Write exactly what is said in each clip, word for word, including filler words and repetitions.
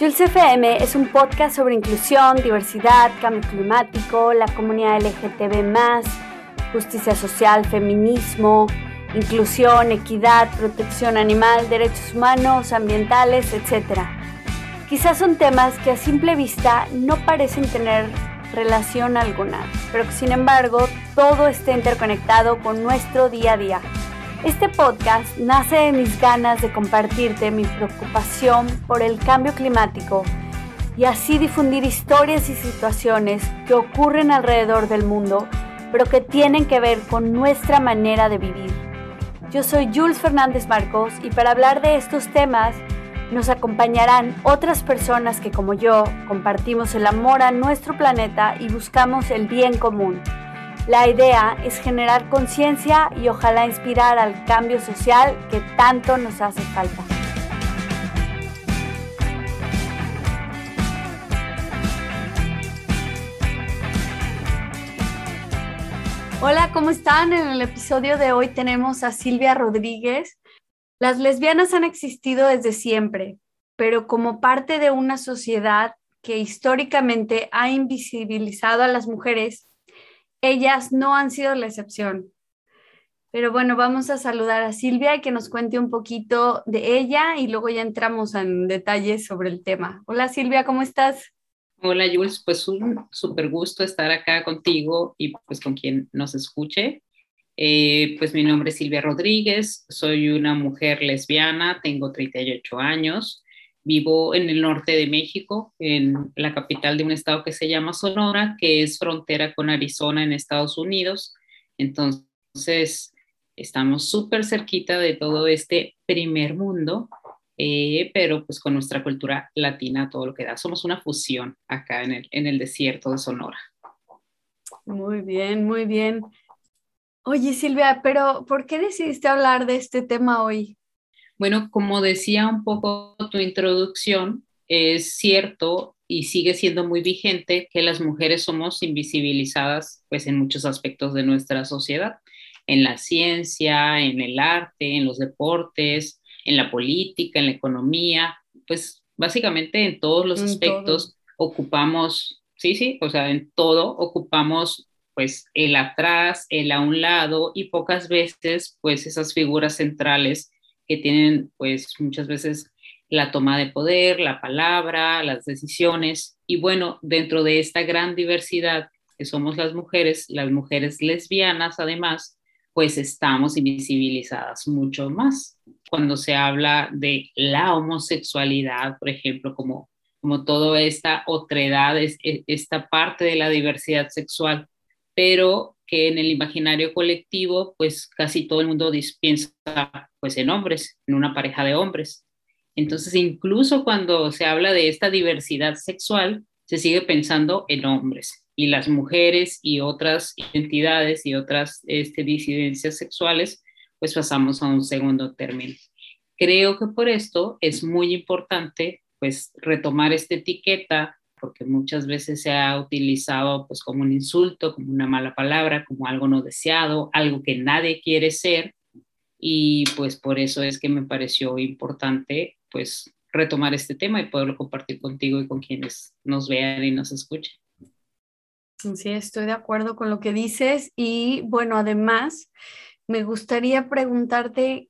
Dulce F M es un podcast sobre inclusión, diversidad, cambio climático, la comunidad L G T B más, justicia social, feminismo, inclusión, equidad, protección animal, derechos humanos, ambientales, etcétera. Quizás son temas que a simple vista no parecen tener relación alguna, pero que sin embargo todo está interconectado con nuestro día a día. Este podcast nace de mis ganas de compartirte mi preocupación por el cambio climático y así difundir historias y situaciones que ocurren alrededor del mundo, pero que tienen que ver con nuestra manera de vivir. Yo soy Jules Fernández Marcos y para hablar de estos temas nos acompañarán otras personas que, como yo, compartimos el amor a nuestro planeta y buscamos el bien común. La idea es generar conciencia y ojalá inspirar al cambio social que tanto nos hace falta. Hola, ¿cómo están? En el episodio de hoy tenemos a Silvia Rodríguez. Las lesbianas han existido desde siempre, pero como parte de una sociedad que históricamente ha invisibilizado a las mujeres, ellas no han sido la excepción. Pero bueno, vamos a saludar a Silvia y que nos cuente un poquito de ella y luego ya entramos en detalles sobre el tema. Hola Silvia, ¿cómo estás? Hola Jules, pues un súper gusto estar acá contigo y pues con quien nos escuche. Eh, pues mi nombre es Silvia Rodríguez, soy una mujer lesbiana, tengo treinta y ocho años, vivo en el norte de México, en la capital de un estado que se llama Sonora, que es frontera con Arizona en Estados Unidos. Entonces, estamos súper cerquita de todo este primer mundo, eh, pero pues con nuestra cultura latina, todo lo que da. Somos una fusión acá en el, en el desierto de Sonora. Muy bien, muy bien. Oye Silvia, pero ¿por qué decidiste hablar de este tema hoy? Bueno, como decía un poco tu introducción, es cierto y sigue siendo muy vigente que las mujeres somos invisibilizadas pues en muchos aspectos de nuestra sociedad, en la ciencia, en el arte, en los deportes, en la política, en la economía, pues básicamente en todos los En todo. aspectos ocupamos, sí, sí, o sea, en todo ocupamos pues el atrás, el a un lado y pocas veces pues esas figuras centrales que tienen pues muchas veces la toma de poder, la palabra, las decisiones. Y bueno, dentro de esta gran diversidad que somos las mujeres, las mujeres lesbianas además, pues estamos invisibilizadas mucho más. Cuando se habla de la homosexualidad, por ejemplo, como, como toda esta otredad, es, esta parte de la diversidad sexual, pero que en el imaginario colectivo, pues casi todo el mundo piensa pues en hombres, en una pareja de hombres. Entonces, incluso cuando se habla de esta diversidad sexual, se sigue pensando en hombres y las mujeres y otras identidades y otras este, disidencias sexuales, pues pasamos a un segundo término. Creo que por esto es muy importante pues retomar esta etiqueta porque muchas veces se ha utilizado pues como un insulto, como una mala palabra, como algo no deseado, algo que nadie quiere ser, y pues por eso es que me pareció importante pues retomar este tema y poderlo compartir contigo y con quienes nos vean y nos escuchen. Sí, estoy de acuerdo con lo que dices y bueno, además me gustaría preguntarte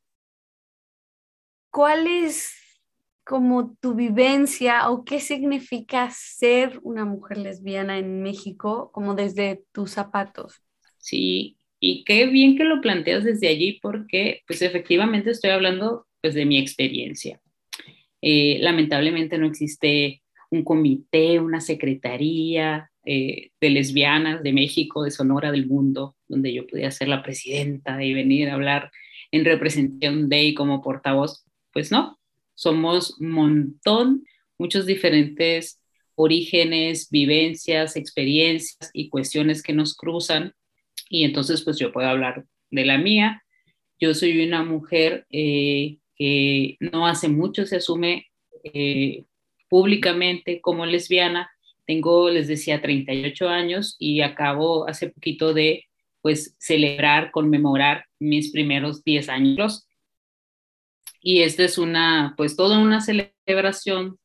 ¿cuál es como tu vivencia o qué significa ser una mujer lesbiana en México, como desde tus zapatos? Sí, y qué bien que lo planteas desde allí porque pues efectivamente estoy hablando pues de mi experiencia. Eh, lamentablemente no existe un comité, una secretaría eh, de lesbianas de México, de Sonora, del mundo, donde yo pudiera ser la presidenta y venir a hablar en representación de y como portavoz. Pues no, somos un montón, muchos diferentes orígenes, vivencias, experiencias y cuestiones que nos cruzan. Y entonces pues yo puedo hablar de la mía. Yo soy una mujer eh, que no hace mucho se asume eh, públicamente como lesbiana. Tengo, les decía, treinta y ocho años y acabo hace poquito de pues celebrar, conmemorar mis primeros diez años. Y esta es una, pues toda una celebración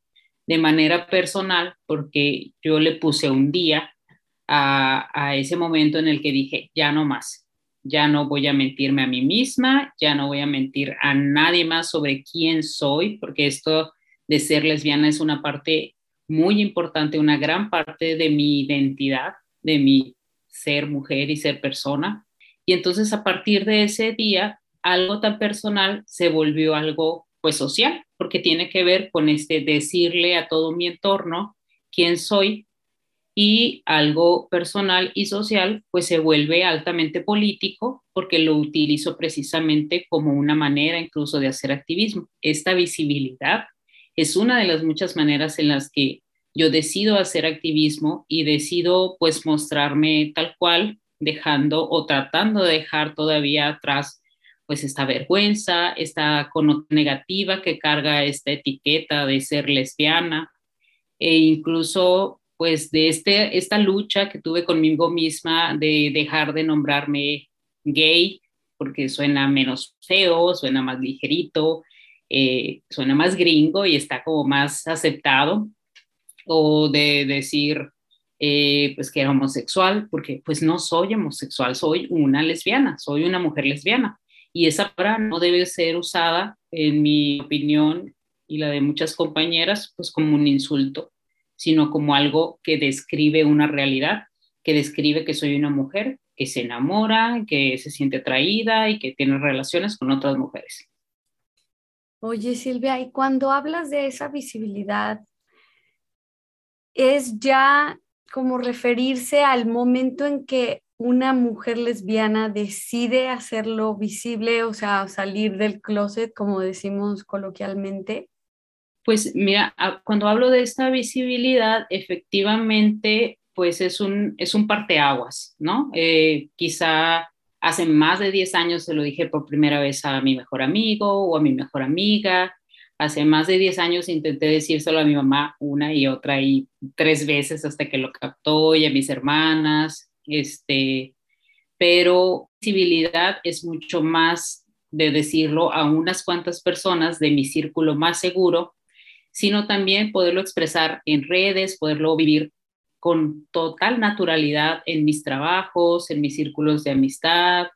de manera personal, porque yo le puse un día a, a ese momento en el que dije, ya no más, ya no voy a mentirme a mí misma, ya no voy a mentir a nadie más sobre quién soy, porque esto de ser lesbiana es una parte muy importante, una gran parte de mi identidad, de mi ser mujer y ser persona. Y entonces a partir de ese día, algo tan personal se volvió algo pues social, porque tiene que ver con este decirle a todo mi entorno quién soy, y algo personal y social pues se vuelve altamente político porque lo utilizo precisamente como una manera incluso de hacer activismo. Esta visibilidad es una de las muchas maneras en las que yo decido hacer activismo y decido pues mostrarme tal cual, dejando o tratando de dejar todavía atrás pues esta vergüenza, esta connotación negativa que carga esta etiqueta de ser lesbiana, e incluso pues de este, esta lucha que tuve conmigo misma de dejar de nombrarme gay, porque suena menos feo, suena más ligerito, eh, suena más gringo y está como más aceptado, o de decir eh, pues que era homosexual, porque pues no soy homosexual, soy una lesbiana, soy una mujer lesbiana. Y esa palabra no debe ser usada, en mi opinión y la de muchas compañeras, pues como un insulto, sino como algo que describe una realidad, que describe que soy una mujer que se enamora, que se siente atraída y que tiene relaciones con otras mujeres. Oye, Silvia, y cuando hablas de esa visibilidad, es ya como referirse al momento en que una mujer lesbiana decide hacerlo visible, o sea, salir del closet, como decimos coloquialmente. Pues mira, cuando hablo de esta visibilidad, efectivamente, pues es un, es un parteaguas, ¿no? Eh, quizá hace más de diez años se lo dije por primera vez a mi mejor amigo o a mi mejor amiga. Hace más de diez años intenté decírselo a mi mamá una y otra y tres veces hasta que lo captó, y a mis hermanas, este, pero visibilidad es mucho más de decirlo a unas cuantas personas de mi círculo más seguro, sino también poderlo expresar en redes, poderlo vivir con total naturalidad en mis trabajos, en mis círculos de amistad,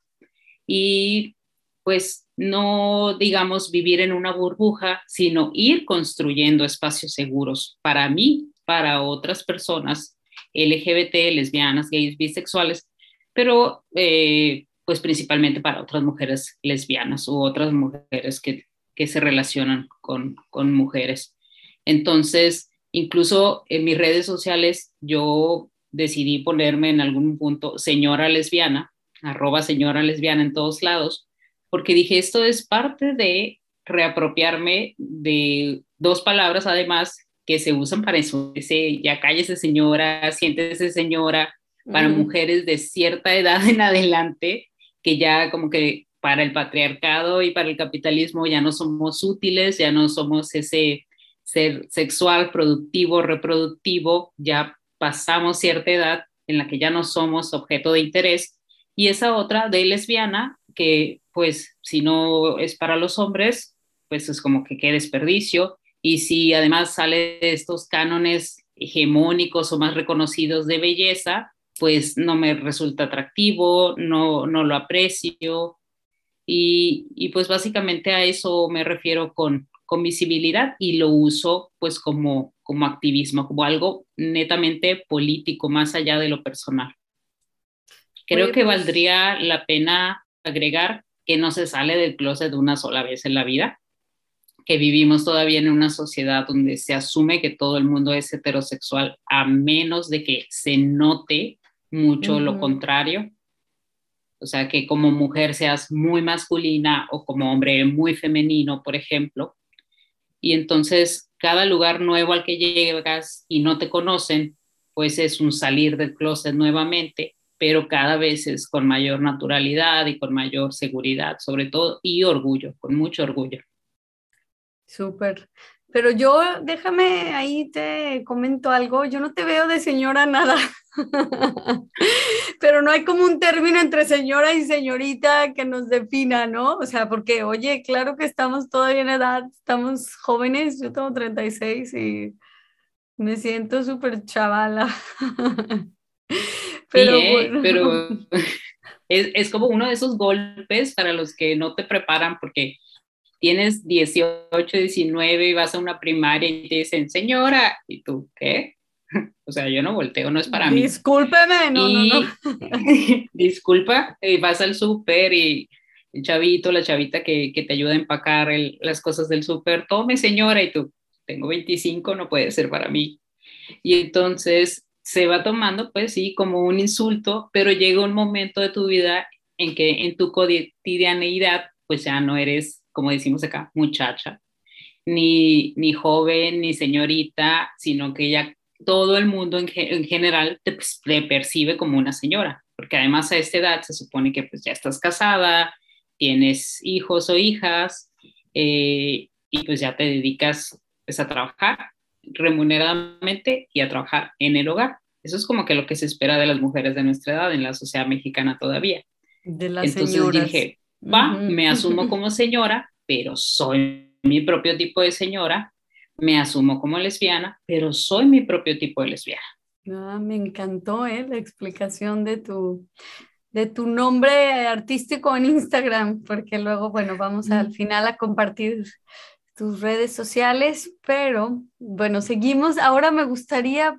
y pues no, digamos, vivir en una burbuja, sino ir construyendo espacios seguros para mí, para otras personas L G B T, lesbianas, gays, bisexuales, pero eh, pues principalmente para otras mujeres lesbianas u otras mujeres que, que se relacionan con, con mujeres. Entonces, incluso en mis redes sociales, yo decidí ponerme en algún punto señora lesbiana, arroba señora lesbiana en todos lados, porque dije, esto es parte de reapropiarme de dos palabras además que se usan para eso, ese, ya cállese señora, siéntese señora, para Mm. mujeres de cierta edad en adelante, que ya como que para el patriarcado y para el capitalismo ya no somos útiles, ya no somos ese ser sexual, productivo, reproductivo, ya pasamos cierta edad en la que ya no somos objeto de interés, y esa otra de lesbiana, que pues si no es para los hombres, pues es como que qué desperdicio, y si además sale de estos cánones hegemónicos o más reconocidos de belleza, pues no me resulta atractivo, no, no lo aprecio, y, y pues básicamente a eso me refiero con, con visibilidad, y lo uso pues como, como activismo, como algo netamente político, más allá de lo personal. Creo Oye, que pues valdría la pena agregar que no se sale del closet una sola vez en la vida, que vivimos todavía en una sociedad donde se asume que todo el mundo es heterosexual, a menos de que se note mucho lo ujú. contrario. O sea, que como mujer seas muy masculina o como hombre muy femenino, por ejemplo. Y entonces cada lugar nuevo al que llegas y no te conocen, pues es un salir del closet nuevamente, pero cada vez es con mayor naturalidad y con mayor seguridad, sobre todo, y orgullo, con mucho orgullo. Súper. Pero yo, déjame, ahí te comento algo. Yo no te veo de señora nada. Pero no hay como un término entre señora y señorita que nos defina, ¿no? O sea, porque, oye, claro que estamos todavía en edad, estamos jóvenes, yo tengo treinta y seis y Me siento súper chavala. Sí, Pero ¿eh? bueno. Pero es, es como uno de esos golpes para los que no te preparan porque tienes dieciocho, diecinueve y vas a una primaria y te dicen, señora, ¿y tú qué? O sea, yo no volteo, no es para mí. Discúlpeme, no, no, no. Y disculpa, eh, vas al súper y el chavito, la chavita que, que te ayuda a empacar el, las cosas del súper, tome señora, y tú, tengo veinticinco, no puede ser para mí. Y entonces se va tomando, pues sí, como un insulto, pero llega un momento de tu vida en que en tu cotidianeidad, pues ya no eres, como decimos acá, muchacha, ni, ni joven, ni señorita, sino que ya todo el mundo en, en general te, pues, te percibe como una señora, porque además a esta edad se supone que pues ya estás casada, tienes hijos o hijas, eh, y pues ya te dedicas pues, a trabajar remuneradamente y a trabajar en el hogar. Eso es como que lo que se espera de las mujeres de nuestra edad en la sociedad mexicana todavía. De las Entonces señoras. dije, va, Ujú. me asumo como señora, pero soy mi propio tipo de señora, me asumo como lesbiana, pero soy mi propio tipo de lesbiana. Ah, me encantó, ¿eh? La explicación de tu, de tu nombre artístico en Instagram, porque luego, bueno, vamos al final a compartir tus redes sociales, pero bueno, seguimos. Ahora me gustaría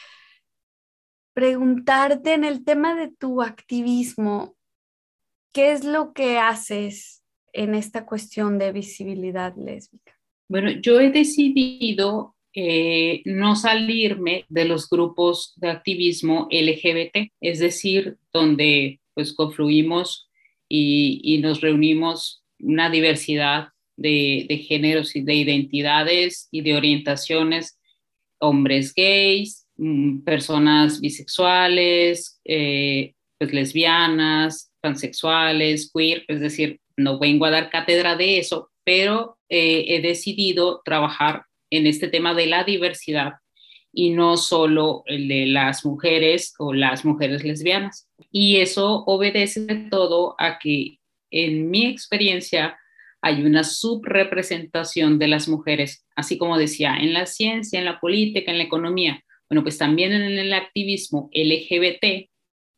preguntarte en el tema de tu activismo, ¿qué es lo que haces en esta cuestión de visibilidad lésbica? Bueno, yo he decidido eh, no salirme de los grupos de activismo L G B T, es decir, donde pues confluimos y, y nos reunimos una diversidad de, de géneros y de identidades y de orientaciones, hombres gays, mm, personas bisexuales, eh, pues lesbianas, transexuales, queer, es decir, no vengo a dar cátedra de eso, pero eh, he decidido trabajar en este tema de la diversidad y no solo el de las mujeres o las mujeres lesbianas. Y eso obedece de todo a que en mi experiencia hay una subrepresentación de las mujeres, así como decía, en la ciencia, en la política, en la economía. Bueno, pues también en el activismo L G B T,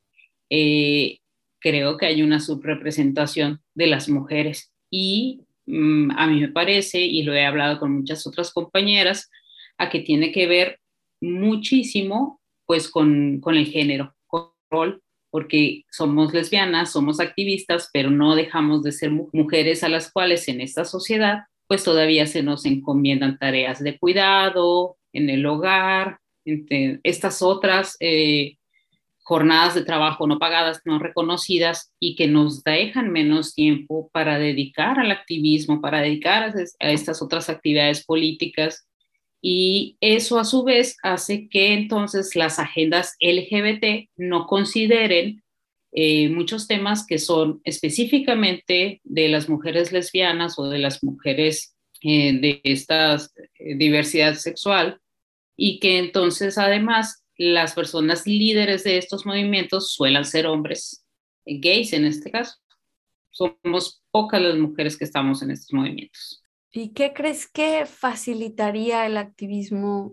eh, creo que hay una subrepresentación de las mujeres. Y mm, a mí me parece, y lo he hablado con muchas otras compañeras, a que tiene que ver muchísimo pues con, con el género, con el rol, porque somos lesbianas, somos activistas, pero no dejamos de ser mujeres a las cuales en esta sociedad pues todavía se nos encomiendan tareas de cuidado en el hogar, entre estas otras eh, jornadas de trabajo no pagadas, no reconocidas y que nos dejan menos tiempo para dedicar al activismo, para dedicar a, a estas otras actividades políticas. Y eso a su vez hace que entonces las agendas L G B T no consideren eh, muchos temas que son específicamente de las mujeres lesbianas o de las mujeres eh, de esta eh, diversidad sexual, y que entonces además las personas líderes de estos movimientos suelen ser hombres eh, gays en este caso. Somos pocas las mujeres que estamos en estos movimientos. ¿Y qué crees que facilitaría el activismo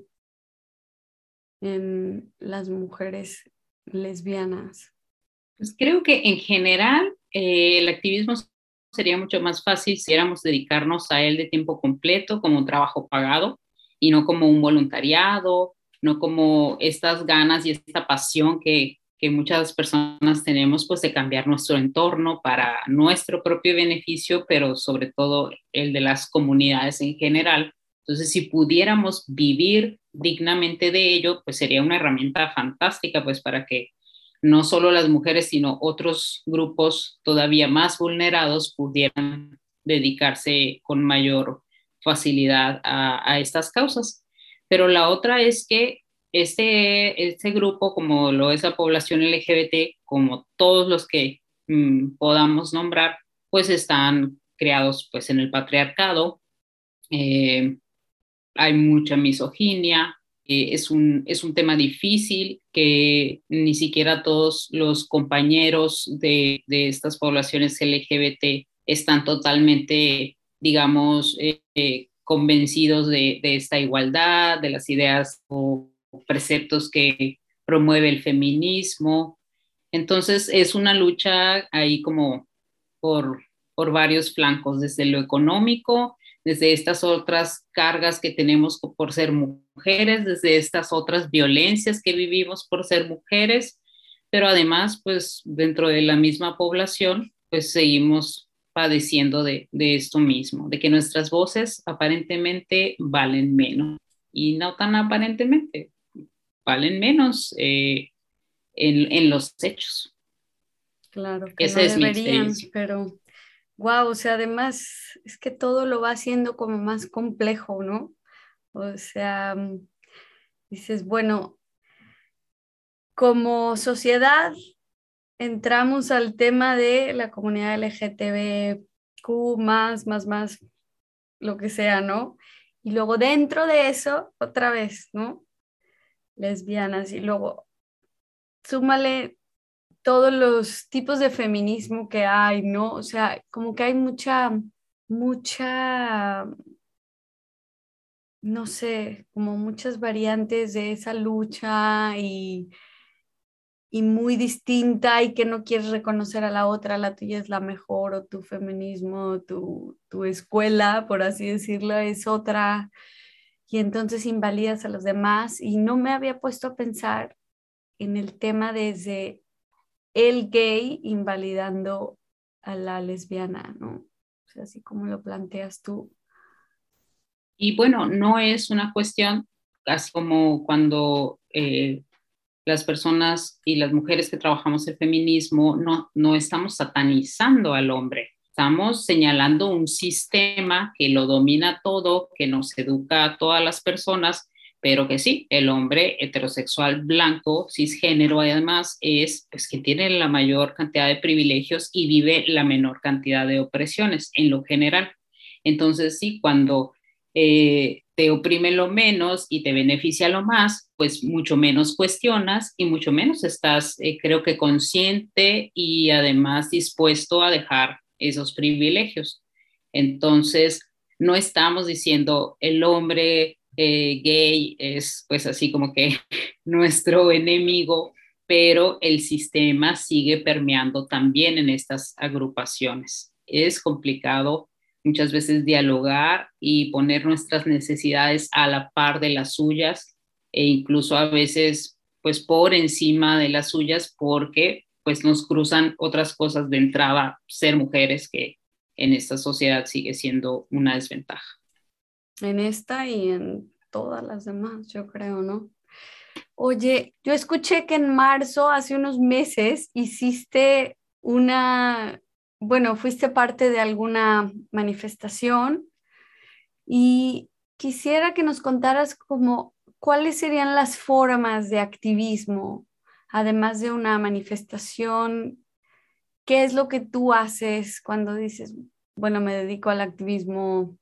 en las mujeres lesbianas? Pues creo que en general eh, el activismo sería mucho más fácil si pudiéramos dedicarnos a él de tiempo completo, como un trabajo pagado, y no como un voluntariado, no como estas ganas y esta pasión que, que muchas personas tenemos, pues de cambiar nuestro entorno para nuestro propio beneficio, pero sobre todo el de las comunidades en general. Entonces, si pudiéramos vivir dignamente de ello, pues sería una herramienta fantástica, pues para que no solo las mujeres, sino otros grupos todavía más vulnerados pudieran dedicarse con mayor facilidad a, a estas causas. Pero la otra es que este, este grupo, como lo es la población L G B T, como todos los que mmm, podamos nombrar, pues están creados pues en el patriarcado, eh, hay mucha misoginia, eh, es un, es un tema difícil que ni siquiera todos los compañeros de, de estas poblaciones L G B T están totalmente, digamos, eh, eh, convencidos de, de esta igualdad, de las ideas o preceptos que promueve el feminismo. Entonces es una lucha ahí como por, por varios flancos, desde lo económico, desde estas otras cargas que tenemos por ser mujeres, desde estas otras violencias que vivimos por ser mujeres, pero además, pues dentro de la misma población, pues seguimos padeciendo de, de esto mismo, de que nuestras voces aparentemente valen menos y no tan aparentemente, valen menos eh, en, en los hechos. Claro que Esa no es mi deberían, experiencia. pero wow, o sea, además es que todo lo va haciendo como más complejo, ¿no? O sea, mm, dices, bueno, como sociedad entramos al tema de la comunidad L G T B Q, más, más, más, lo que sea, ¿no? Y luego dentro de eso, otra vez, ¿no? Lesbianas, y luego súmale todos los tipos de feminismo que hay, ¿no? O sea, como que hay mucha, mucha, no sé, como muchas variantes de esa lucha y, y muy distinta y que no quieres reconocer a la otra, la tuya es la mejor o tu feminismo, tu, tu escuela, por así decirlo, es otra. Y entonces invalidas a los demás y no me había puesto a pensar en el tema desde el gay invalidando a la lesbiana, ¿no? O sea, así como lo planteas tú. Y bueno, no es una cuestión, así como cuando eh, las personas y las mujeres que trabajamos el feminismo no, no estamos satanizando al hombre, estamos señalando un sistema que lo domina todo, que nos educa a todas las personas, pero que sí, el hombre heterosexual blanco, cisgénero, además, es pues, que tiene la mayor cantidad de privilegios y vive la menor cantidad de opresiones en lo general. Entonces, sí, cuando eh, te oprime lo menos y te beneficia lo más, pues mucho menos cuestionas y mucho menos estás, eh, creo que consciente y además dispuesto a dejar esos privilegios. Entonces, no estamos diciendo el hombre eh, gay es pues así como que nuestro enemigo, pero el sistema sigue permeando también en estas agrupaciones. Es complicado muchas veces dialogar y poner nuestras necesidades a la par de las suyas e incluso a veces pues por encima de las suyas porque pues nos cruzan otras cosas de entrada, ser mujeres, que en esta sociedad sigue siendo una desventaja. En esta y en todas las demás, yo creo, ¿no? Oye, yo escuché que en marzo, hace unos meses, hiciste una, bueno, fuiste parte de alguna manifestación y quisiera que nos contaras como cuáles serían las formas de activismo, además de una manifestación. ¿Qué es lo que tú haces cuando dices, bueno, me dedico al activismo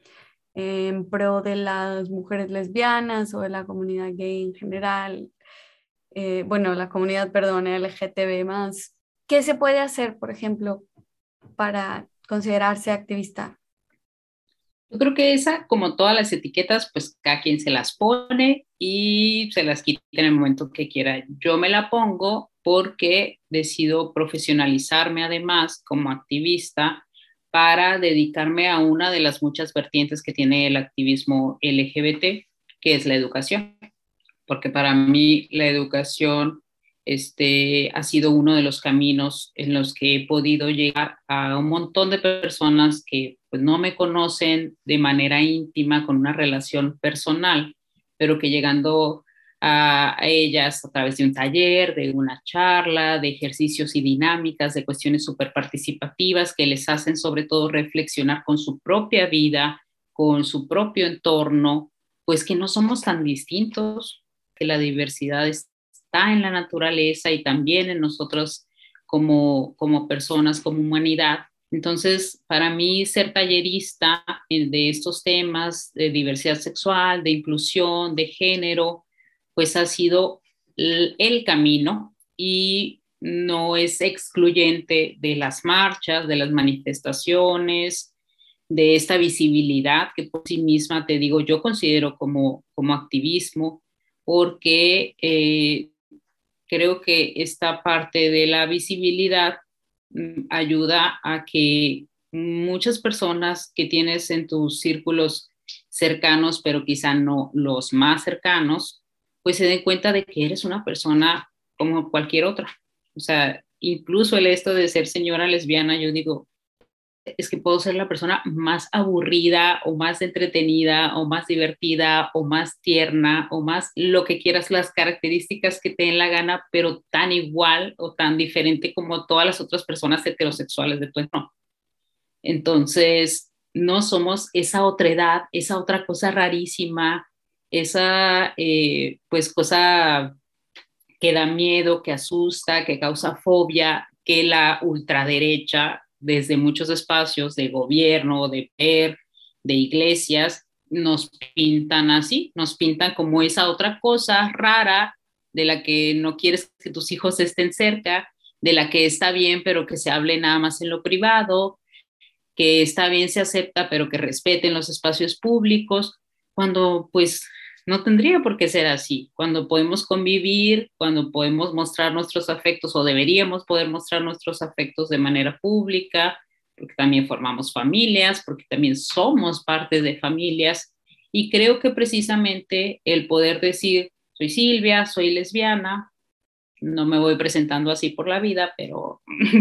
en pro de las mujeres lesbianas o de la comunidad gay en general? Eh, bueno, la comunidad, perdón, L G T B más. ¿Qué se puede hacer, por ejemplo, para considerarse activista? Yo creo que esa, como todas las etiquetas, pues cada quien se las pone y se las quita en el momento que quiera. Yo me la pongo porque decido profesionalizarme además como activista para dedicarme a una de las muchas vertientes que tiene el activismo L G B T, que es la educación, porque para mí la educación este, ha sido uno de los caminos en los que he podido llegar a un montón de personas que pues, no me conocen de manera íntima, con una relación personal, pero que llegando a, a ellas a través de un taller, de una charla, de ejercicios y dinámicas, de cuestiones súper participativas que les hacen sobre todo reflexionar con su propia vida, con su propio entorno, pues que no somos tan distintos, que la diversidad está en la naturaleza y también en nosotros como, como personas, como humanidad. Entonces, para mí, ser tallerista de estos temas de diversidad sexual, de inclusión, de género, pues ha sido el, el camino y no es excluyente de las marchas, de las manifestaciones, de esta visibilidad que por sí misma, te digo, yo considero como, como activismo, porque eh, creo que esta parte de la visibilidad mm, ayuda a que muchas personas que tienes en tus círculos cercanos, pero quizá no los más cercanos, pues se den cuenta de que eres una persona como cualquier otra. O sea, incluso el esto de ser señora lesbiana, yo digo, es que puedo ser la persona más aburrida o más entretenida o más divertida o más tierna o más lo que quieras, las características que te den la gana, pero tan igual o tan diferente como todas las otras personas heterosexuales de tu entorno. Entonces, no somos esa otra edad, esa otra cosa rarísima, esa eh, pues cosa que da miedo, que asusta, que causa fobia, que la ultraderecha desde muchos espacios de gobierno, de ver, de iglesias, nos pintan así, nos pintan como esa otra cosa rara de la que no quieres que tus hijos estén cerca, de la que está bien, pero que se hable nada más en lo privado, que está bien, se acepta, pero que respeten los espacios públicos, cuando pues no tendría por qué ser así, cuando podemos convivir, cuando podemos mostrar nuestros afectos o deberíamos poder mostrar nuestros afectos de manera pública, porque también formamos familias, porque también somos parte de familias. Y creo que precisamente el poder decir, soy Silvia, soy lesbiana, no me voy presentando así por la vida, pero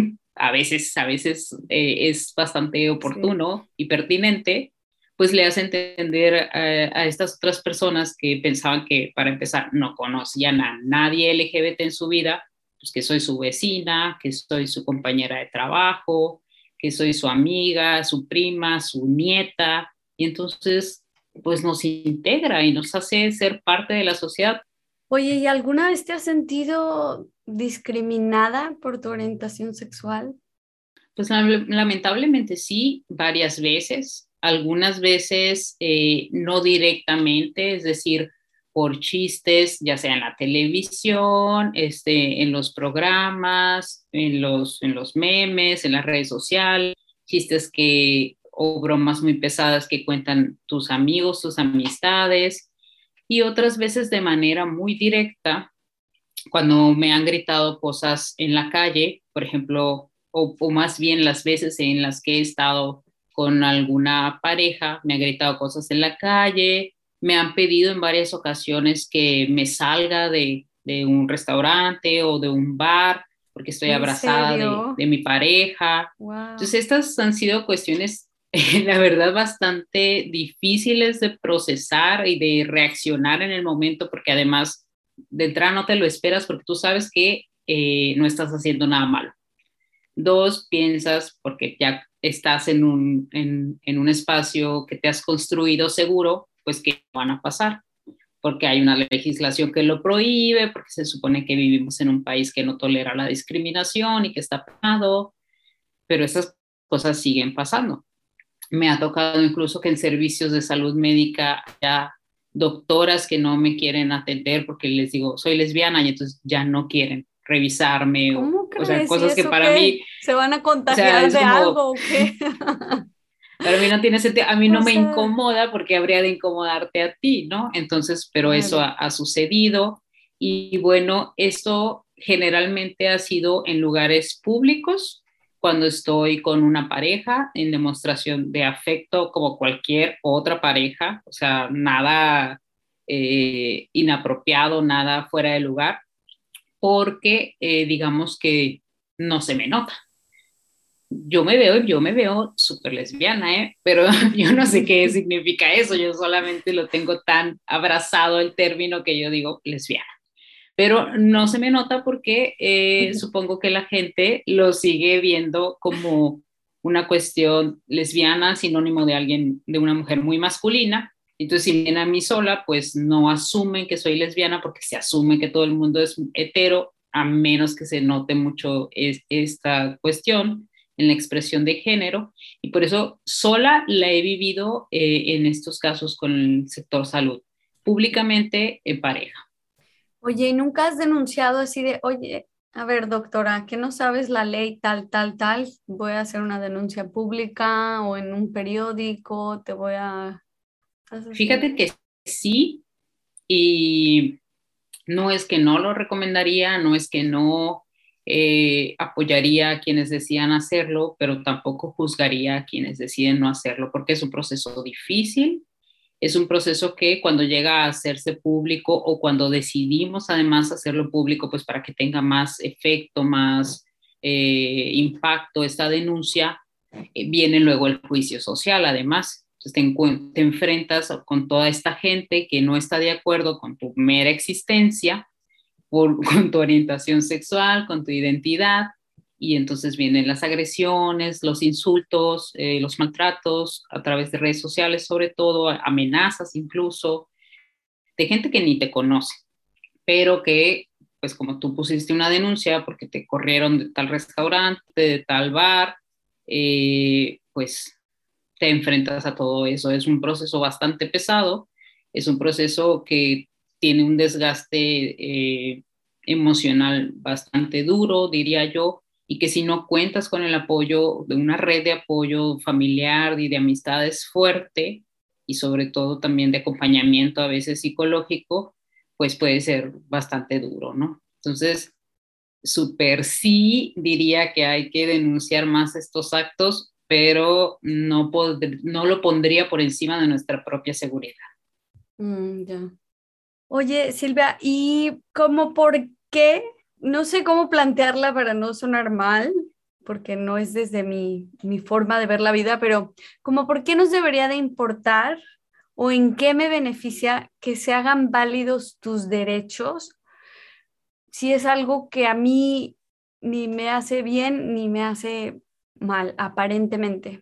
a veces, a veces eh, es bastante oportuno sí. y pertinente, pues le hace entender a, a estas otras personas que pensaban que, para empezar, no conocían a nadie L G B T en su vida, pues que soy su vecina, que soy su compañera de trabajo, que soy su amiga, su prima, su nieta, y entonces pues nos integra y nos hace ser parte de la sociedad. Oye, ¿y alguna vez te has sentido discriminada por tu orientación sexual? Pues lamentablemente sí, varias veces, algunas veces eh, no directamente, es decir, por chistes, ya sea en la televisión, este, en los programas, en los, en los memes, en las redes sociales, chistes que, o bromas muy pesadas que cuentan tus amigos, tus amistades, y otras veces de manera muy directa, cuando me han gritado cosas en la calle, por ejemplo, o, o más bien las veces en las que he estado con alguna pareja, me han gritado cosas en la calle, me han pedido en varias ocasiones que me salga de, de un restaurante o de un bar porque estoy abrazada de, de mi pareja. Wow. Entonces, estas han sido cuestiones, la verdad, bastante difíciles de procesar y de reaccionar en el momento, porque además de entrada no te lo esperas porque tú sabes que eh, no estás haciendo nada malo. Dos, piensas porque ya estás en un, en, en un espacio que te has construido seguro, pues que van a pasar, porque hay una legislación que lo prohíbe, porque se supone que vivimos en un país que no tolera la discriminación y que está penado, pero esas cosas siguen pasando. Me ha tocado incluso que en servicios de salud médica haya doctoras que no me quieren atender porque les digo, soy lesbiana y entonces ya no quieren revisarme. ¿Cómo o, crees? o sea, cosas ¿Y que eso para qué? mí... ¿Se van a contagiar O sea, de como, algo o qué? Para mí no tiene sentido, a mí no o me sea, incomoda porque habría de incomodarte a ti, ¿no? Entonces, pero claro. eso ha, ha sucedido y bueno, esto generalmente ha sido en lugares públicos, cuando estoy con una pareja en demostración de afecto como cualquier otra pareja, o sea, nada eh, inapropiado, nada fuera de lugar, porque eh, digamos que no se me nota. Yo me veo, yo me veo súper lesbiana, ¿eh? Pero yo no sé qué significa eso, yo solamente lo tengo tan abrazado el término que yo digo lesbiana. Pero no se me nota porque eh, supongo que la gente lo sigue viendo como una cuestión lesbiana, sinónimo de alguien, de una mujer muy masculina. Entonces, si vienen a mí sola, pues no asumen que soy lesbiana porque se asume que todo el mundo es hetero, a menos que se note mucho es, esta cuestión en la expresión de género, y por eso sola la he vivido eh, en estos casos con el sector salud, públicamente en pareja. Oye, ¿y nunca has denunciado así de, oye, A ver, doctora, ¿que no sabes la ley tal, tal, tal? Voy a hacer una denuncia pública o en un periódico, te voy a... ¿Estás haciendo? Fíjate que sí, y no es que no lo recomendaría, no es que no eh, apoyaría a quienes decían hacerlo, pero tampoco juzgaría a quienes deciden no hacerlo, porque es un proceso difícil, es un proceso que cuando llega a hacerse público o cuando decidimos además hacerlo público, pues para que tenga más efecto, más eh, impacto esta denuncia, eh, viene luego el juicio social además. Entonces te, te enfrentas con toda esta gente que no está de acuerdo con tu mera existencia, por, con tu orientación sexual, con tu identidad, y entonces vienen las agresiones, los insultos, eh, los maltratos a través de redes sociales, sobre todo amenazas incluso, de gente que ni te conoce, pero que, pues como tú pusiste una denuncia porque te corrieron de tal restaurante, de tal bar, eh, pues te enfrentas a todo eso. Es un proceso bastante pesado, es un proceso que tiene un desgaste eh, emocional bastante duro, diría yo, y que si no cuentas con el apoyo de una red de apoyo familiar y de amistades fuerte, y sobre todo también de acompañamiento a veces psicológico, pues puede ser bastante duro, ¿no? Entonces, súper sí diría que hay que denunciar más estos actos, pero no, pod- no lo pondría por encima de nuestra propia seguridad. Mm, ya. Oye, Silvia, ¿y cómo por qué? No sé cómo plantearla para no sonar mal, porque no es desde mi, mi forma de ver la vida, pero como por qué nos debería de importar o en qué me beneficia que se hagan válidos tus derechos si es algo que a mí ni me hace bien ni me hace mal, aparentemente.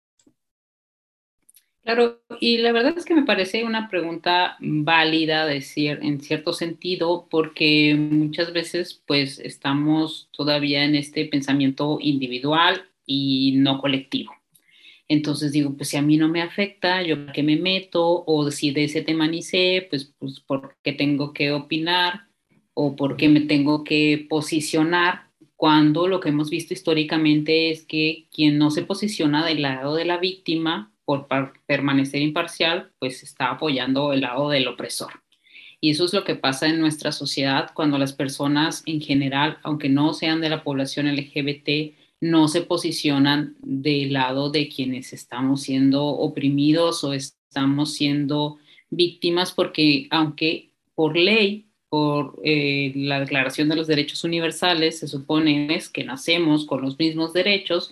Claro, y la verdad es que me parece una pregunta válida de cier- en cierto sentido, porque muchas veces pues estamos todavía en este pensamiento individual y no colectivo. Entonces digo, pues si a mí no me afecta, ¿yo para qué me meto? O si de ese tema ni sé, pues, pues ¿por qué tengo que opinar? ¿O por qué me tengo que posicionar? Cuando lo que hemos visto históricamente es que quien no se posiciona del lado de la víctima por par- permanecer imparcial, pues está apoyando el lado del opresor. Y eso es lo que pasa en nuestra sociedad cuando las personas en general, aunque no sean de la población L G B T, no se posicionan del lado de quienes estamos siendo oprimidos o estamos siendo víctimas, porque aunque por ley, por eh, la Declaración de los Derechos Universales, se supone es que nacemos con los mismos derechos,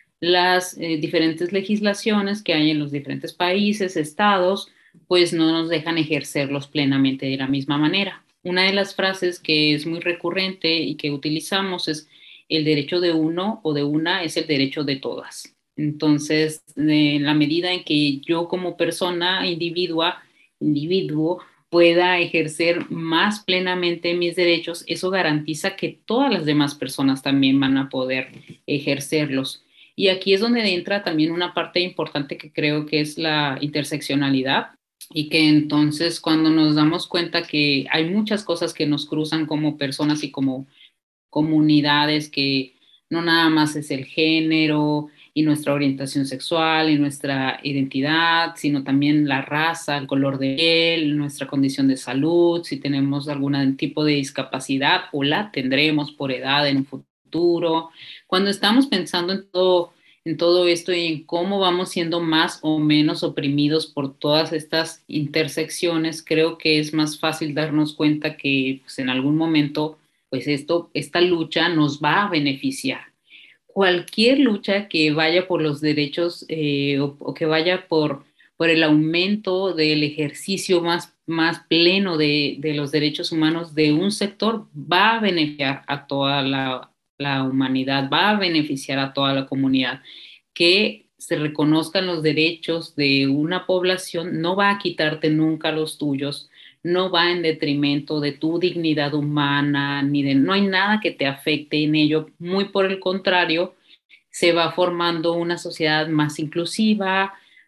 las eh, diferentes legislaciones que hay en los diferentes países, estados, pues no nos dejan ejercerlos plenamente de la misma manera. Una de las frases que es muy recurrente y que utilizamos es el derecho de uno o de una es el derecho de todas. Entonces, en la medida en que yo como persona, individua, individuo, pueda ejercer más plenamente mis derechos, eso garantiza que todas las demás personas también van a poder ejercerlos. Y aquí es donde entra también una parte importante que creo que es la interseccionalidad y que entonces cuando nos damos cuenta que hay muchas cosas que nos cruzan como personas y como comunidades, que no nada más es el género y nuestra orientación sexual y nuestra identidad, sino también la raza, el color de piel, nuestra condición de salud, si tenemos algún tipo de discapacidad o la tendremos por edad en un futuro. Cuando estamos pensando en todo, en todo esto y en cómo vamos siendo más o menos oprimidos por todas estas intersecciones, creo que es más fácil darnos cuenta que pues, en algún momento pues esto, esta lucha nos va a beneficiar. Cualquier lucha que vaya por los derechos eh, o, o, que vaya por, por el aumento del ejercicio más, más pleno de, de, los derechos humanos de un sector va a beneficiar a toda la, la humanidad, va a beneficiar a toda la comunidad. Que se reconozcan los derechos de una población no va a quitarte nunca los tuyos, no va en detrimento de tu dignidad humana, ni de, no hay nada que te afecte en ello, muy por el contrario, se va formando una sociedad más inclusiva,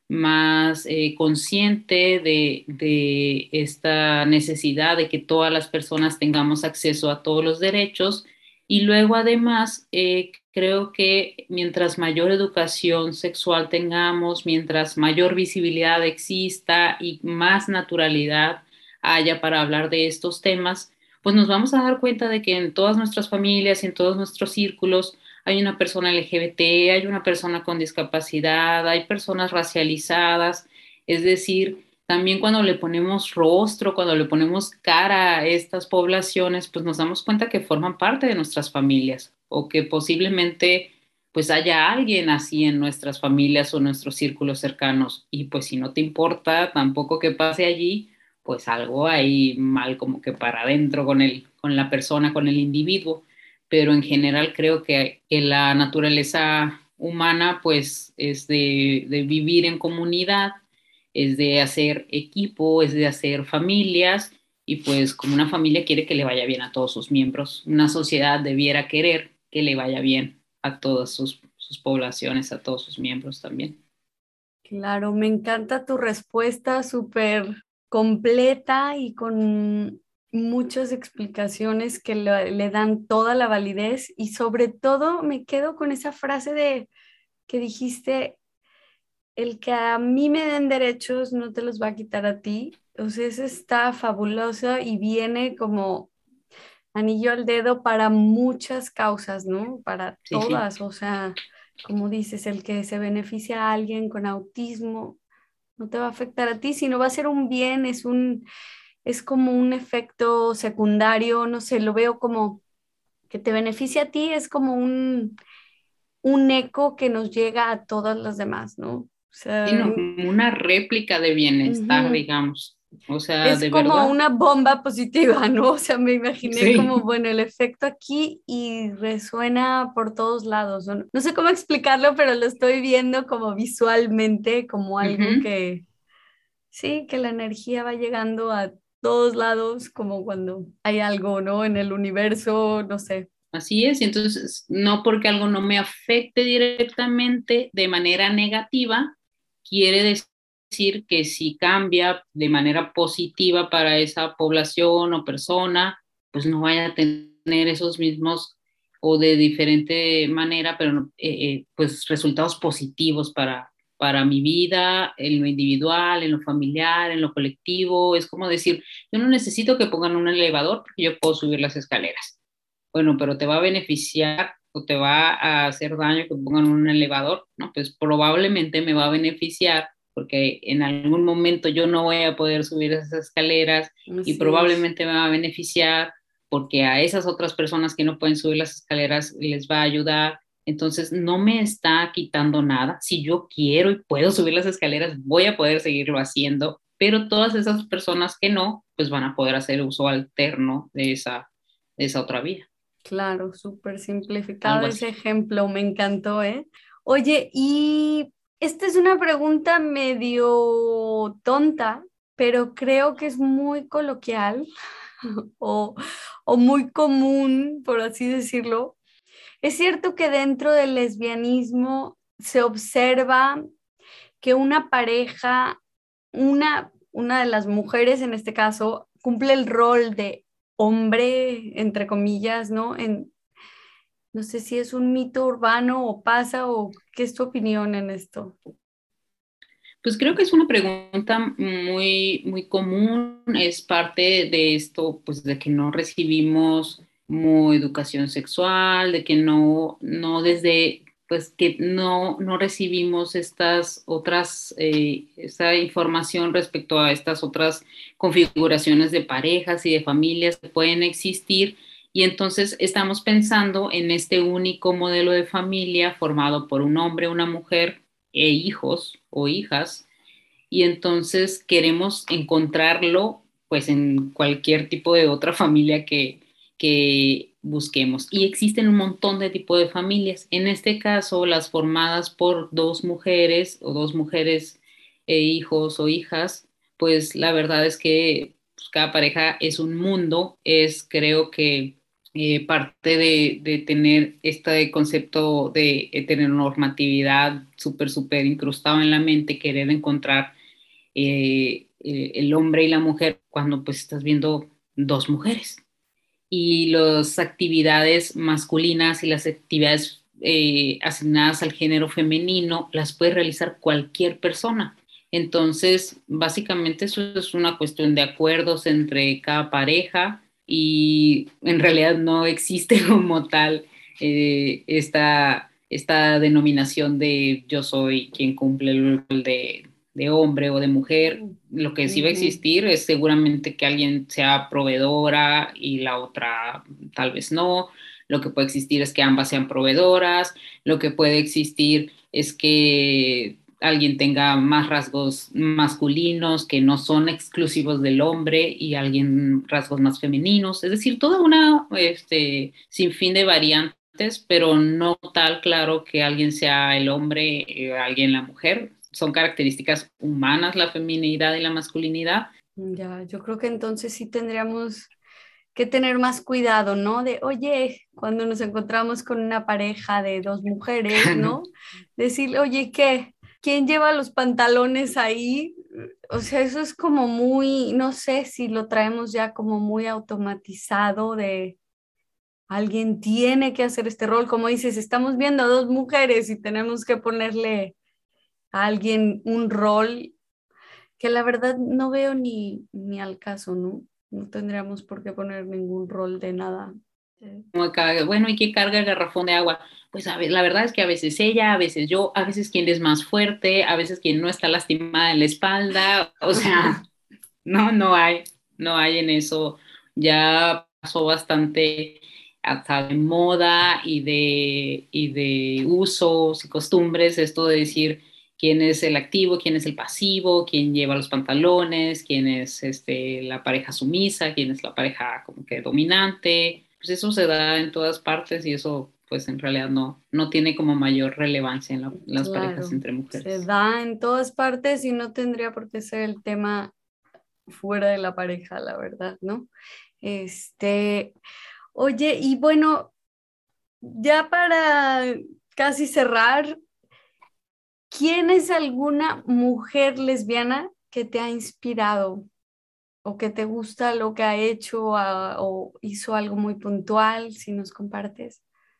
más eh, consciente de, de esta necesidad de que todas las personas tengamos acceso a todos los derechos Y luego además, eh, creo que mientras mayor educación sexual tengamos, mientras mayor visibilidad exista y más naturalidad haya para hablar de estos temas, pues nos vamos a dar cuenta de que en todas nuestras familias y en todos nuestros círculos hay una persona L G B T, hay una persona con discapacidad, hay personas racializadas, es decir, también cuando le ponemos rostro, cuando le ponemos cara a estas poblaciones, pues nos damos cuenta que forman parte de nuestras familias o que posiblemente pues haya alguien así en nuestras familias o nuestros círculos cercanos. Y pues si no te importa tampoco que pase allí, pues algo hay mal como que para adentro con el, con la persona, con el individuo. Pero en general creo que, que la naturaleza humana pues es de, de vivir en comunidad, es de hacer equipo, es de hacer familias y pues como una familia quiere que le vaya bien a todos sus miembros, una sociedad debiera querer que le vaya bien a todas sus, sus poblaciones, a todos sus miembros también. Claro, me encanta tu respuesta, súper completa y con muchas explicaciones que le, le dan toda la validez y sobre todo me quedo con esa frase de que dijiste, el que a mí me den derechos no te los va a quitar a ti. O sea, eso está fabuloso y viene como anillo al dedo para muchas causas, ¿no? Para Sí, sí. todas. O sea, como dices, el que se beneficia a alguien con autismo no te va a afectar a ti, sino va a ser un bien, es un, es como un efecto secundario, no sé, lo veo como que te beneficia a ti, es como un, un eco que nos llega a todas las demás, ¿no? O sea, Sino como una réplica de bienestar, ujú. digamos. O sea, Es de como verdad. una bomba positiva, ¿no? O sea, me imaginé como, Sí. bueno, el efecto aquí y resuena por todos lados. No, no sé cómo explicarlo, pero lo estoy viendo como visualmente, como algo Ujú. que, sí, que la energía va llegando a todos lados, como cuando hay algo, ¿no? En el universo, no sé. Así es, y entonces no porque algo no me afecte directamente de manera negativa, quiere decir que si cambia de manera positiva para esa población o persona, pues no vaya a tener esos mismos o de diferente manera, pero eh, eh, pues resultados positivos para, para mi vida, en lo individual, en lo familiar, en lo colectivo. Es como decir, yo no necesito que pongan un elevador porque yo puedo subir las escaleras. Bueno, pero te va a beneficiar o te va a hacer daño que pongan un elevador, ¿no? Pues probablemente me va a beneficiar porque en algún momento yo no voy a poder subir esas escaleras y Así es. probablemente me va a beneficiar porque a esas otras personas que no pueden subir las escaleras les va a ayudar. Entonces no me está quitando nada. Si yo quiero y puedo subir las escaleras, voy a poder seguirlo haciendo, pero todas esas personas que no, pues van a poder hacer uso alterno de esa, de esa otra vía. Claro, súper simplificado Algo ese así. ejemplo, me encantó, ¿eh? Oye, y esta es una pregunta medio tonta, pero creo que es muy coloquial o, o muy común, por así decirlo. ¿Es cierto que dentro del lesbianismo se observa que una pareja, una, una de las mujeres en este caso, cumple el rol de hombre, entre comillas, ¿no? En, no sé si es un mito urbano o pasa o qué es tu opinión en esto. Pues creo que es una pregunta muy, muy común, es parte de esto, pues de que no recibimos como educación sexual, de que no, no desde, pues que no, no recibimos estas otras, eh, esta información respecto a estas otras configuraciones de parejas y de familias que pueden existir. Y entonces estamos pensando en este único modelo de familia formado por un hombre, una mujer e hijos o hijas, y entonces queremos encontrarlo pues en cualquier tipo de otra familia que, que busquemos. Y existen un montón de tipos de familias. En este caso, las formadas por dos mujeres o dos mujeres e hijos o hijas, pues la verdad es que pues, cada pareja es un mundo, es creo que eh, parte de, de, tener este concepto de, de tener normatividad súper, súper incrustado en la mente, querer encontrar eh, eh, el hombre y la mujer cuando pues estás viendo dos mujeres. y las actividades masculinas y las actividades eh, asignadas al género femenino las puede realizar cualquier persona. Entonces, básicamente eso es una cuestión de acuerdos entre cada pareja y en realidad no existe como tal eh, esta, esta denominación de yo soy quien cumple el rol de, de hombre o de mujer. Lo que sí va a Ujú. existir es seguramente que alguien sea proveedora y la otra tal vez no. Lo que puede existir es que ambas sean proveedoras. Lo que puede existir es que alguien tenga más rasgos masculinos que no son exclusivos del hombre y alguien rasgos más femeninos. Es decir, toda una este, sinfín de variantes, pero no tal claro que alguien sea el hombre, eh, alguien la mujer. Son características humanas la feminidad y la masculinidad. Ya, yo creo que entonces sí tendríamos que tener más cuidado, ¿no? De, oye, cuando nos encontramos con una pareja de dos mujeres, ¿no? Decir, oye, ¿qué? ¿Quién lleva los pantalones ahí? O sea, eso es como muy, no sé si lo traemos ya como muy automatizado de alguien tiene que hacer este rol. Como dices, estamos viendo a dos mujeres y tenemos que ponerle a alguien un rol que la verdad no veo ni, ni al caso, ¿no? No tendríamos por qué poner ningún rol de nada. Sí. Como que, bueno, ¿y quién carga el garrafón de agua? Pues a ver, la verdad es que a veces ella, a veces yo, a veces quien es más fuerte, a veces quien no está lastimada en la espalda, o sea, no, no hay, no hay en eso. Ya pasó bastante hasta de moda y de, y de usos y costumbres, esto de decir quién es el activo, quién es el pasivo, quién lleva los pantalones, quién es este, la pareja sumisa, quién es la pareja como que dominante. Pues eso se da en todas partes y eso pues en realidad no, no tiene como mayor relevancia en la- las parejas Claro, entre se mujeres. da en todas partes y no tendría por qué ser el tema fuera de la pareja, la verdad, ¿no? Este, oye, y bueno, ya para casi cerrar, ¿quién es alguna mujer lesbiana que te ha inspirado o que te gusta lo que ha hecho a- o hizo algo muy puntual, si nos compartes?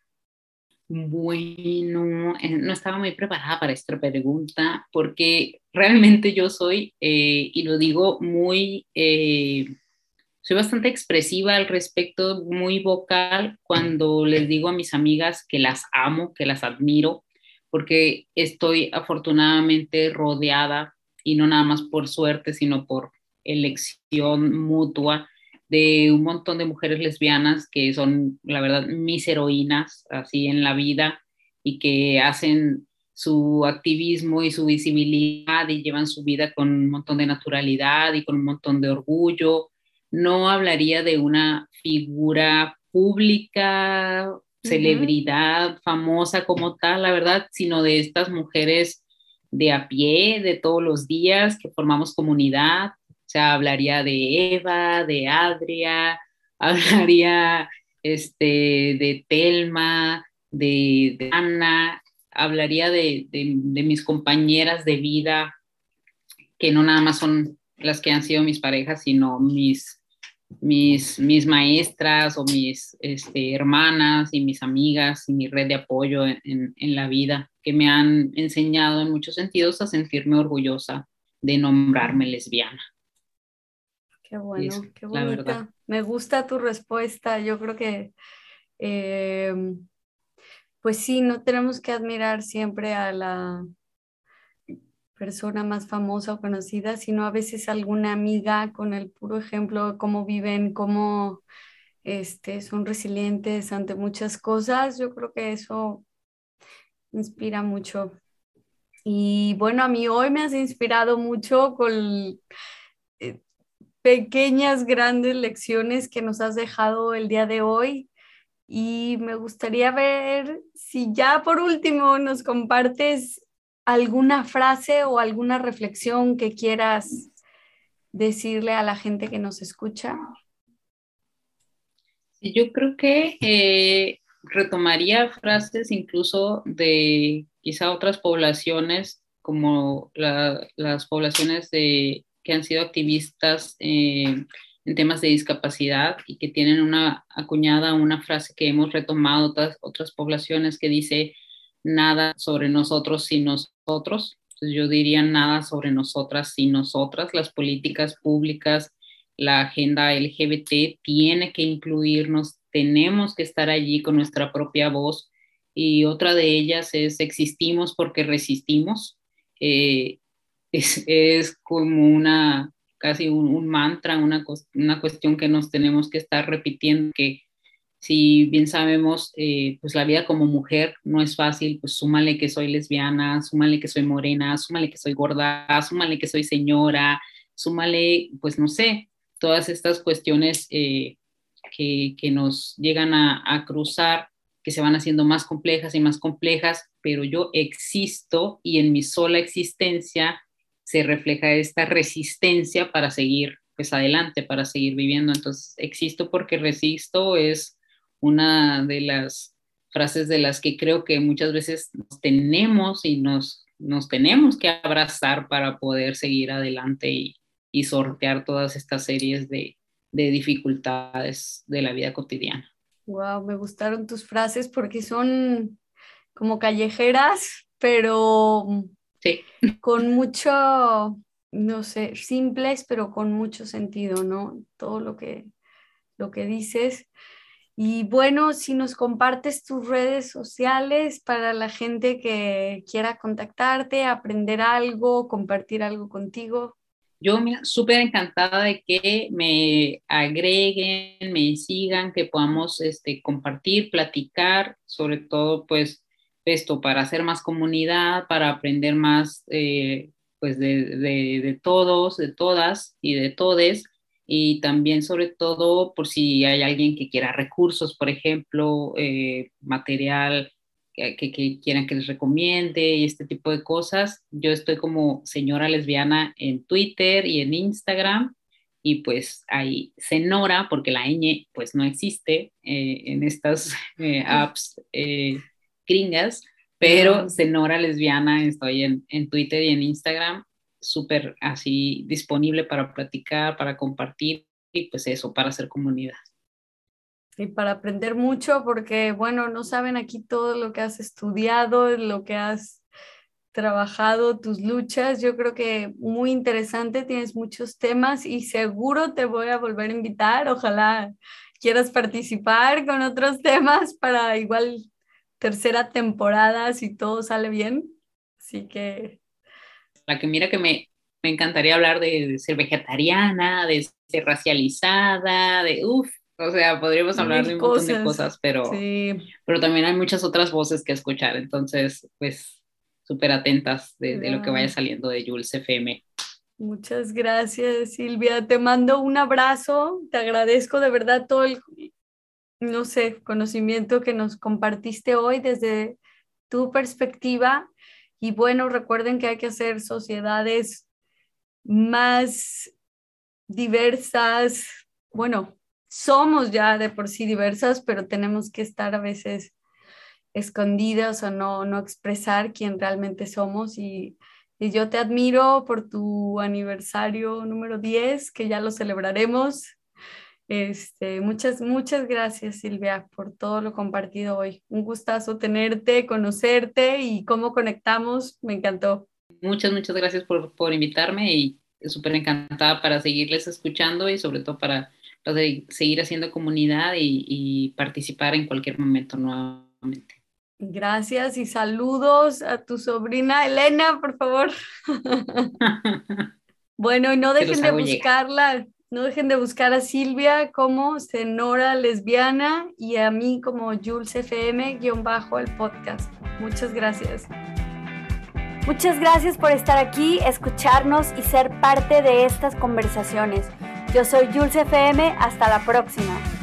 Bueno, eh, no estaba muy preparada para esta pregunta porque realmente yo soy, eh, y lo digo muy, eh, soy bastante expresiva al respecto, muy vocal cuando les digo a mis amigas que las amo, que las admiro, porque estoy afortunadamente rodeada, y no nada más por suerte, sino por elección mutua, de un montón de mujeres lesbianas que son, la verdad, mis heroínas así en la vida y que hacen su activismo y su visibilidad y llevan su vida con un montón de naturalidad y con un montón de orgullo. No hablaría de una figura pública, Ujú. celebridad famosa como tal, la verdad, sino de estas mujeres de a pie, de todos los días, que formamos comunidad. O sea, hablaría de Eva, de Adria, hablaría este, de Telma, de, de Ana, hablaría de, de, de mis compañeras de vida, que no nada más son las que han sido mis parejas, sino mis, mis, mis maestras o mis este, hermanas y mis amigas y mi red de apoyo en, en, en la vida, que me han enseñado en muchos sentidos a sentirme orgullosa de nombrarme lesbiana. Qué Y es bueno, qué la verdad. bonita. Me gusta tu respuesta. Yo creo que, eh, pues sí, no tenemos que admirar siempre a la persona más famosa o conocida, sino a veces alguna amiga con el puro ejemplo de cómo viven, cómo este, son resilientes ante muchas cosas. Yo creo que eso inspira mucho. Y bueno, a mí hoy me has inspirado mucho con eh, pequeñas, grandes lecciones que nos has dejado el día de hoy. Y me gustaría ver si ya por último nos compartes alguna frase o alguna reflexión que quieras decirle a la gente que nos escucha. Y yo creo que eh, retomaría frases incluso de quizá otras poblaciones, como la- las poblaciones de, que han sido activistas eh, en temas de discapacidad y que tienen una acuñada una frase que hemos retomado otras, otras poblaciones que dice nada sobre nosotros sin nosotros. Entonces yo diría nada sobre nosotras sin nosotras. Las políticas públicas, la agenda L G B T tiene que incluirnos, tenemos que estar allí con nuestra propia voz. Y otra de ellas es existimos porque resistimos. Eh, es, es como una, casi un, un mantra, una, una cuestión que nos tenemos que estar repitiendo, que si bien sabemos, eh, pues la vida como mujer no es fácil, pues súmale que soy lesbiana, súmale que soy morena, súmale que soy gorda, súmale que soy señora, súmale, pues no sé, todas estas cuestiones eh, que, que nos llegan a, a cruzar, que se van haciendo más complejas y más complejas, pero yo existo y en mi sola existencia se refleja esta resistencia para seguir pues adelante, para seguir viviendo. Entonces, existo porque resisto es una de las frases de las que creo que muchas veces nos tenemos y nos, nos tenemos que abrazar para poder seguir adelante y, y sortear todas estas series de, de dificultades de la vida cotidiana. Wow, me gustaron tus frases porque son como callejeras, pero sí. con mucho, no sé, simples, pero con mucho sentido, ¿no? Todo lo que, lo que dices. Y bueno, si nos compartes tus redes sociales para la gente que quiera contactarte, aprender algo, compartir algo contigo. Yo, mira, súper encantada de que me agreguen, me sigan, que podamos este, compartir, platicar, sobre todo, pues, esto, para hacer más comunidad, para aprender más, eh, pues, de, de, de todos, de todas y de todes, y también, sobre todo, por si hay alguien que quiera recursos, por ejemplo, eh, material, Que, que quieran que les recomiende y este tipo de cosas. Yo estoy como señora lesbiana en Twitter y en Instagram y pues ahí Senora, porque la ñ pues no existe eh, en estas eh, apps eh, gringas, pero no. Senora lesbiana estoy en, en Twitter y en Instagram, súper así disponible para platicar, para compartir y pues eso, para hacer comunidad. Y para aprender mucho, porque, bueno, no saben aquí todo lo que has estudiado, lo que has trabajado, tus luchas. Yo creo que muy interesante, tienes muchos temas y seguro te voy a volver a invitar. Ojalá quieras participar con otros temas para igual tercera temporada, si todo sale bien. Así que... La que mira que me, me encantaría hablar de, de ser vegetariana, de ser racializada, de uff. O sea, podríamos hablar Mil de un cosas. montón de cosas, pero, sí. pero también hay muchas otras voces que escuchar. Entonces, pues, súper atentas de, de lo que vaya saliendo de Jules F M. Muchas gracias, Silvia. Te mando un abrazo. Te agradezco de verdad todo el, no sé, conocimiento que nos compartiste hoy desde tu perspectiva. Y bueno, recuerden que hay que hacer sociedades más diversas. Bueno, somos ya de por sí diversas, pero tenemos que estar a veces escondidas o no, no expresar quién realmente somos. Y, y yo te admiro por tu aniversario número diez, que ya lo celebraremos. Este, muchas, muchas gracias, Silvia, por todo lo compartido hoy. Un gustazo tenerte, conocerte y cómo conectamos. Me encantó. Muchas, muchas gracias por, por invitarme y súper encantada para seguirles escuchando y sobre todo para de seguir haciendo comunidad y, y participar en cualquier momento nuevamente. Gracias y saludos a tu sobrina Elena, por favor. Bueno, y no dejen de buscarla, llegar. no dejen de buscar a Silvia como Senora Lesbiana y a mí como Jules F M guión bajo el podcast. Muchas gracias. Muchas gracias por estar aquí, escucharnos y ser parte de estas conversaciones. Yo soy Jules F M, hasta la próxima.